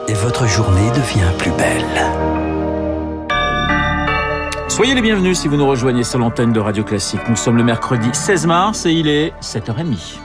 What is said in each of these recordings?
et votre journée devient plus belle. Soyez les bienvenus si vous nous rejoignez sur l'antenne de Radio Classique. Nous sommes le mercredi 16 mars et il est 7h30.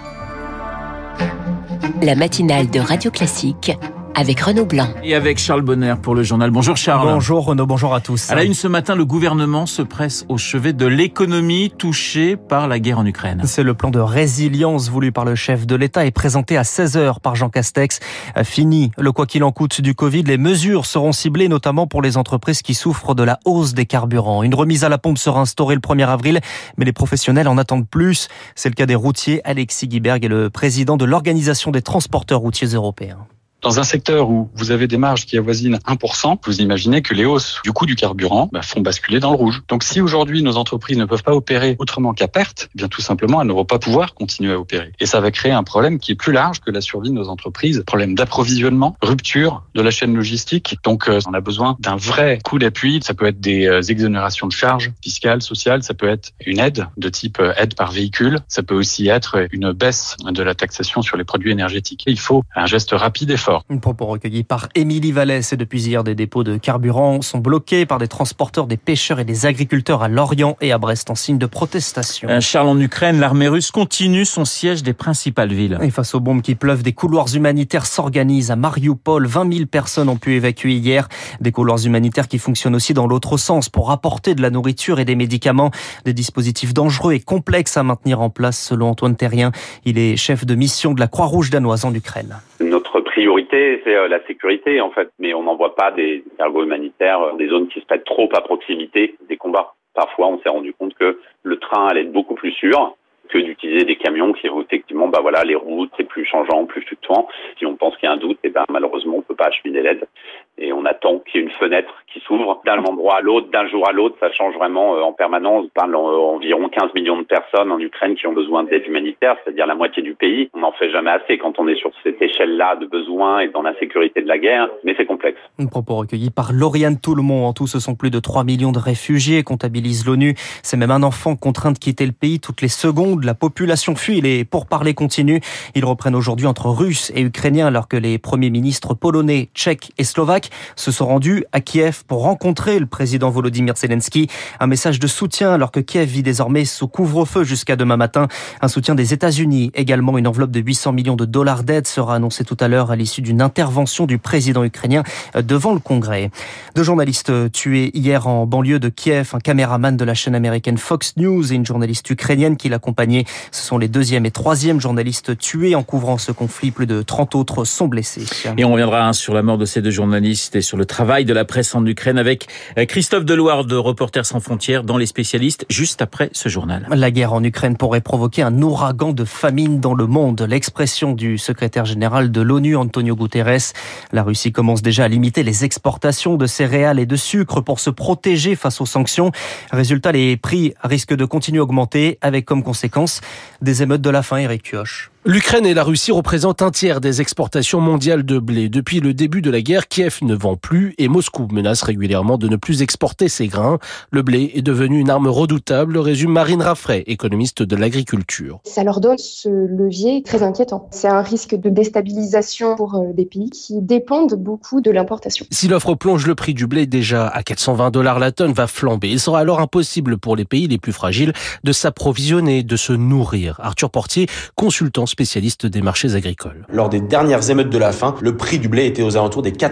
La matinale de Radio Classique avec Renaud Blanc. Et avec Charles Bonner pour le journal. Bonjour Charles. Bonjour Renaud, bonjour à tous. À la une ce matin, le gouvernement se presse au chevet de l'économie touchée par la guerre en Ukraine. C'est le plan de résilience voulu par le chef de l'État et présenté à 16h par Jean Castex. Fini le quoi qu'il en coûte du Covid. Les mesures seront ciblées notamment pour les entreprises qui souffrent de la hausse des carburants. Une remise à la pompe sera instaurée le 1er avril, mais les professionnels en attendent plus. C'est le cas des routiers. Alexis Guiberg est le président de l'Organisation des transporteurs routiers européens. Dans un secteur où vous avez des marges qui avoisinent 1%, vous imaginez que les hausses du coût du carburant font basculer dans le rouge. Donc si aujourd'hui nos entreprises ne peuvent pas opérer autrement qu'à perte, eh bien tout simplement elles ne vont pas pouvoir continuer à opérer. Et ça va créer un problème qui est plus large que la survie de nos entreprises. Problème d'approvisionnement, rupture de la chaîne logistique. Donc on a besoin d'un vrai coup d'appui. Ça peut être des exonérations de charges fiscales, sociales. Ça peut être une aide de type aide par véhicule. Ça peut aussi être une baisse de la taxation sur les produits énergétiques. Il faut un geste rapide et fort. Un propos recueilli par Émilie Vallès. Et depuis hier, des dépôts de carburant sont bloqués par des transporteurs, des pêcheurs et des agriculteurs à Lorient et à Brest en signe de protestation. Charles, en Ukraine, l'armée russe continue son siège des principales villes. Et face aux bombes qui pleuvent, des couloirs humanitaires s'organisent à Mariupol. 20 000 personnes ont pu évacuer hier. Des couloirs humanitaires qui fonctionnent aussi dans l'autre sens pour apporter de la nourriture et des médicaments. Des dispositifs dangereux et complexes à maintenir en place selon Antoine Terrien. Il est chef de mission de la Croix-Rouge danoise en Ukraine. Notre priorité, c'est la sécurité, en fait. Mais on n'envoie pas des cargos humanitaires, des zones qui se prêtent trop à proximité des combats. Parfois, on s'est rendu compte que le train allait être beaucoup plus sûr que d'utiliser des camions qui, effectivement, les routes, c'est plus changeant, plus fluctuant. Si on pense qu'il y a un doute, malheureusement, on peut pas acheminer l'aide. Et on attend qu'il y ait une fenêtre qui s'ouvre d'un endroit à l'autre, d'un jour à l'autre. Ça change vraiment en permanence. On parle environ 15 millions de personnes en Ukraine qui ont besoin d'aide humanitaire, c'est-à-dire la moitié du pays. On n'en fait jamais assez quand on est sur cette échelle-là de besoins et dans l'insécurité de la guerre, mais c'est complexe. Un propos recueilli par Lauriane Toulmont. En tout, ce sont plus de 3 millions de réfugiés, comptabilise l'ONU. C'est même un enfant contraint de quitter le pays toutes les secondes. La population fuit, les pourparlers continuent. Ils reprennent aujourd'hui entre Russes et Ukrainiens alors que les premiers ministres polonais, tchèques et slovaques se sont rendus à Kiev pour rencontrer le président Volodymyr Zelensky. Un message de soutien alors que Kiev vit désormais sous couvre-feu jusqu'à demain matin. Un soutien des États-Unis. Également, une enveloppe de 800 millions de dollars d'aide sera annoncée tout à l'heure à l'issue d'une intervention du président ukrainien devant le Congrès. 2 journalistes tués hier en banlieue de Kiev. Un caméraman de la chaîne américaine Fox News et une journaliste ukrainienne qui l'accompagnait. Ce sont les 2e et 3e journalistes tués en couvrant ce conflit. Plus de 30 autres sont blessés. Et on reviendra sur la mort de ces 2 journalistes et sur le travail de la presse en Ukraine avec Christophe Deloire de Reporters sans frontières dans Les Spécialistes juste après ce journal. La guerre en Ukraine pourrait provoquer un ouragan de famine dans le monde. L'expression du secrétaire général de l'ONU, Antonio Guterres. La Russie commence déjà à limiter les exportations de céréales et de sucre pour se protéger face aux sanctions. Résultat, les prix risquent de continuer à augmenter avec comme conséquence des émeutes de la faim. Éric Kioch. L'Ukraine et la Russie représentent un tiers des exportations mondiales de blé. Depuis le début de la guerre, Kiev ne vend plus et Moscou menace régulièrement de ne plus exporter ses grains. Le blé est devenu une arme redoutable, résume Marine Raffray, économiste de l'agriculture. Ça leur donne ce levier très inquiétant. C'est un risque de déstabilisation pour des pays qui dépendent beaucoup de l'importation. Si l'offre plonge, le prix du blé déjà à $420 la tonne va flamber. Il sera alors impossible pour les pays les plus fragiles de s'approvisionner, de se nourrir. Arthur Portier, consultant spécialiste des marchés agricoles. Lors des dernières émeutes de la faim, le prix du blé était aux alentours des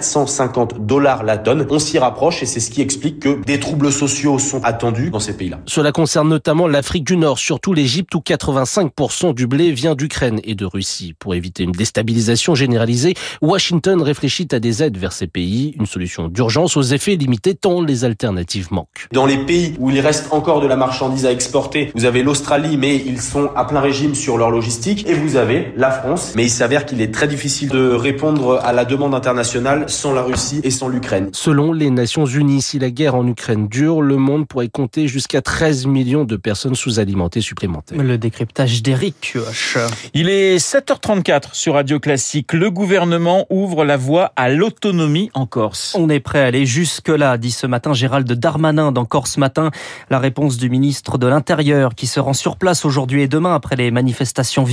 $450 la tonne. On s'y rapproche et c'est ce qui explique que des troubles sociaux sont attendus dans ces pays-là. Cela concerne notamment l'Afrique du Nord, surtout l'Égypte où 85% du blé vient d'Ukraine et de Russie. Pour éviter une déstabilisation généralisée, Washington réfléchit à des aides vers ces pays, une solution d'urgence aux effets limités tant les alternatives manquent. Dans les pays où il reste encore de la marchandise à exporter, vous avez l'Australie mais ils sont à plein régime sur leur logistique et vous avez la France, mais il s'avère qu'il est très difficile de répondre à la demande internationale sans la Russie et sans l'Ukraine. Selon les Nations Unies, si la guerre en Ukraine dure, le monde pourrait compter jusqu'à 13 millions de personnes sous-alimentées supplémentaires. Le décryptage d'Éric Kioch. Il est 7h34 sur Radio Classique. Le gouvernement ouvre la voie à l'autonomie en Corse. On est prêt à aller jusque-là, dit ce matin Gérald Darmanin dans Corse Matin. La réponse du ministre de l'Intérieur qui se rend sur place aujourd'hui et demain après les manifestations violentes.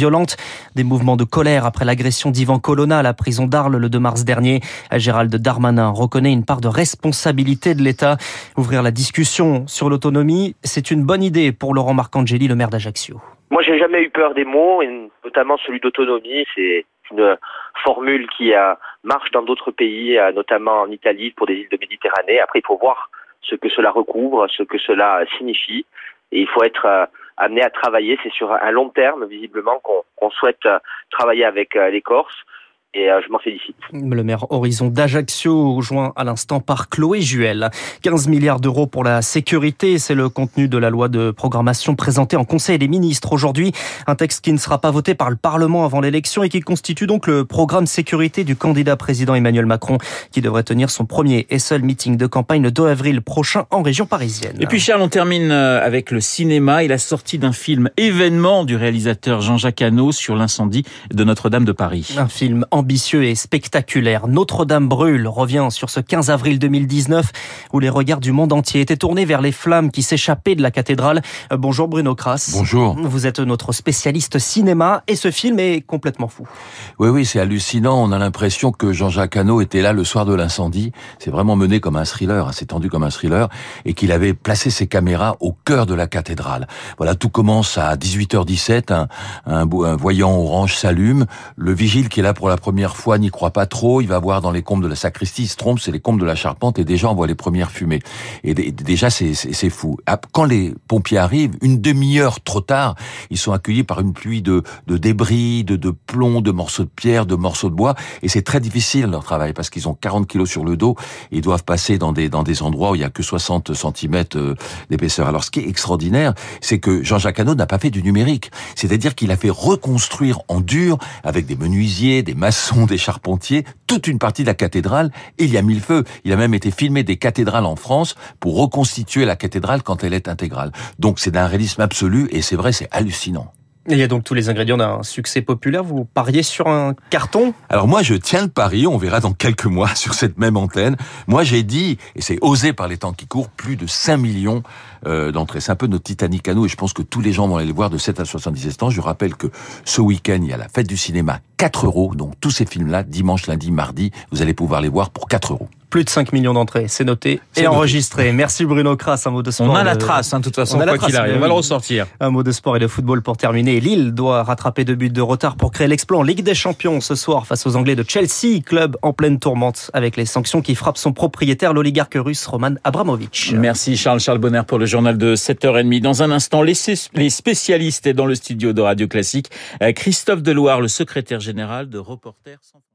Des mouvements de colère après l'agression d'Ivan Colonna à la prison d'Arles le 2 mars dernier. Gérald Darmanin reconnaît une part de responsabilité de l'État. Ouvrir la discussion sur l'autonomie, c'est une bonne idée pour Laurent Marcangeli, le maire d'Ajaccio. Moi, j'ai jamais eu peur des mots, et notamment celui d'autonomie. C'est une formule qui marche dans d'autres pays, notamment en Italie, pour des îles de Méditerranée. Après, il faut voir ce que cela recouvre, ce que cela signifie. Et il faut être amené à travailler. C'est sur un long terme, visiblement, qu'on souhaite travailler avec les Corses. Et je m'en félicite. Le maire Horizon d'Ajaccio, joint à l'instant par Chloé Juel. 15 milliards d'euros pour la sécurité, c'est le contenu de la loi de programmation présentée en Conseil des ministres aujourd'hui. Un texte qui ne sera pas voté par le Parlement avant l'élection et qui constitue donc le programme sécurité du candidat président Emmanuel Macron, qui devrait tenir son premier et seul meeting de campagne le 2 avril prochain en région parisienne. Et puis Charles, on termine avec le cinéma et la sortie d'un film événement du réalisateur Jean-Jacques Hano sur l'incendie de Notre-Dame de Paris. Un film ambitieux et spectaculaire. Notre-Dame brûle revient sur ce 15 avril 2019 où les regards du monde entier étaient tournés vers les flammes qui s'échappaient de la cathédrale. Bonjour Bruno Crass. Bonjour. Vous êtes notre spécialiste cinéma et ce film est complètement fou. Oui, c'est hallucinant. On a l'impression que Jean-Jacques Hano était là le soir de l'incendie. C'est vraiment mené comme un thriller, c'est tendu comme un thriller, et qu'il avait placé ses caméras au cœur de la cathédrale. Voilà, tout commence à 18h17, un voyant orange s'allume, le vigile qui est là pour la première fois n'y croit pas trop, il va voir dans les combles de la sacristie, il se trompe, c'est les combles de la charpente et déjà on voit les premières fumées. Et déjà c'est fou. Quand les pompiers arrivent, une demi-heure trop tard, ils sont accueillis par une pluie de débris, de plomb, de morceaux de pierre, de morceaux de bois, et c'est très difficile leur travail parce qu'ils ont 40 kilos sur le dos et ils doivent passer dans des endroits où il y a que 60 cm d'épaisseur. Alors ce qui est extraordinaire, c'est que Jean-Jacques Hano n'a pas fait du numérique. C'est-à-dire qu'il a fait reconstruire en dur avec des menuisiers, des maçons, des charpentiers, toute une partie de la cathédrale, et il y a mis le feu. Il a même été filmé des cathédrales en France pour reconstituer la cathédrale quand elle est intégrale. Donc c'est d'un réalisme absolu, et c'est vrai, c'est hallucinant. Et il y a donc tous les ingrédients d'un succès populaire. Vous pariez sur un carton ? Alors moi, je tiens le pari, on verra dans quelques mois sur cette même antenne. Moi, j'ai dit, et c'est osé par les temps qui courent, plus de 5 millions d'entrées. C'est un peu notre Titanic à nous, et je pense que tous les gens vont aller le voir de 7 à 77 ans. Je rappelle que ce week-end, il y a la fête du cinéma, 4 €. Donc tous ces films-là, dimanche, lundi, mardi, vous allez pouvoir les voir pour 4 €. Plus de 5 millions d'entrées, c'est noté et enregistré. Merci Bruno Crass, un mot de sport. On a la trace, de toute façon, quoi qu'il arrive, on va le ressortir. Un mot de sport et de football pour terminer. Lille doit rattraper 2 buts de retard pour créer l'exploit en Ligue des Champions ce soir face aux Anglais de Chelsea, club en pleine tourmente avec les sanctions qui frappent son propriétaire, l'oligarque russe Roman Abramovich. Merci Charles Bonner pour le journal de 7h30. Dans un instant, les spécialistes dans le studio de Radio Classique. Christophe Deloire, le secrétaire général de Reporters sans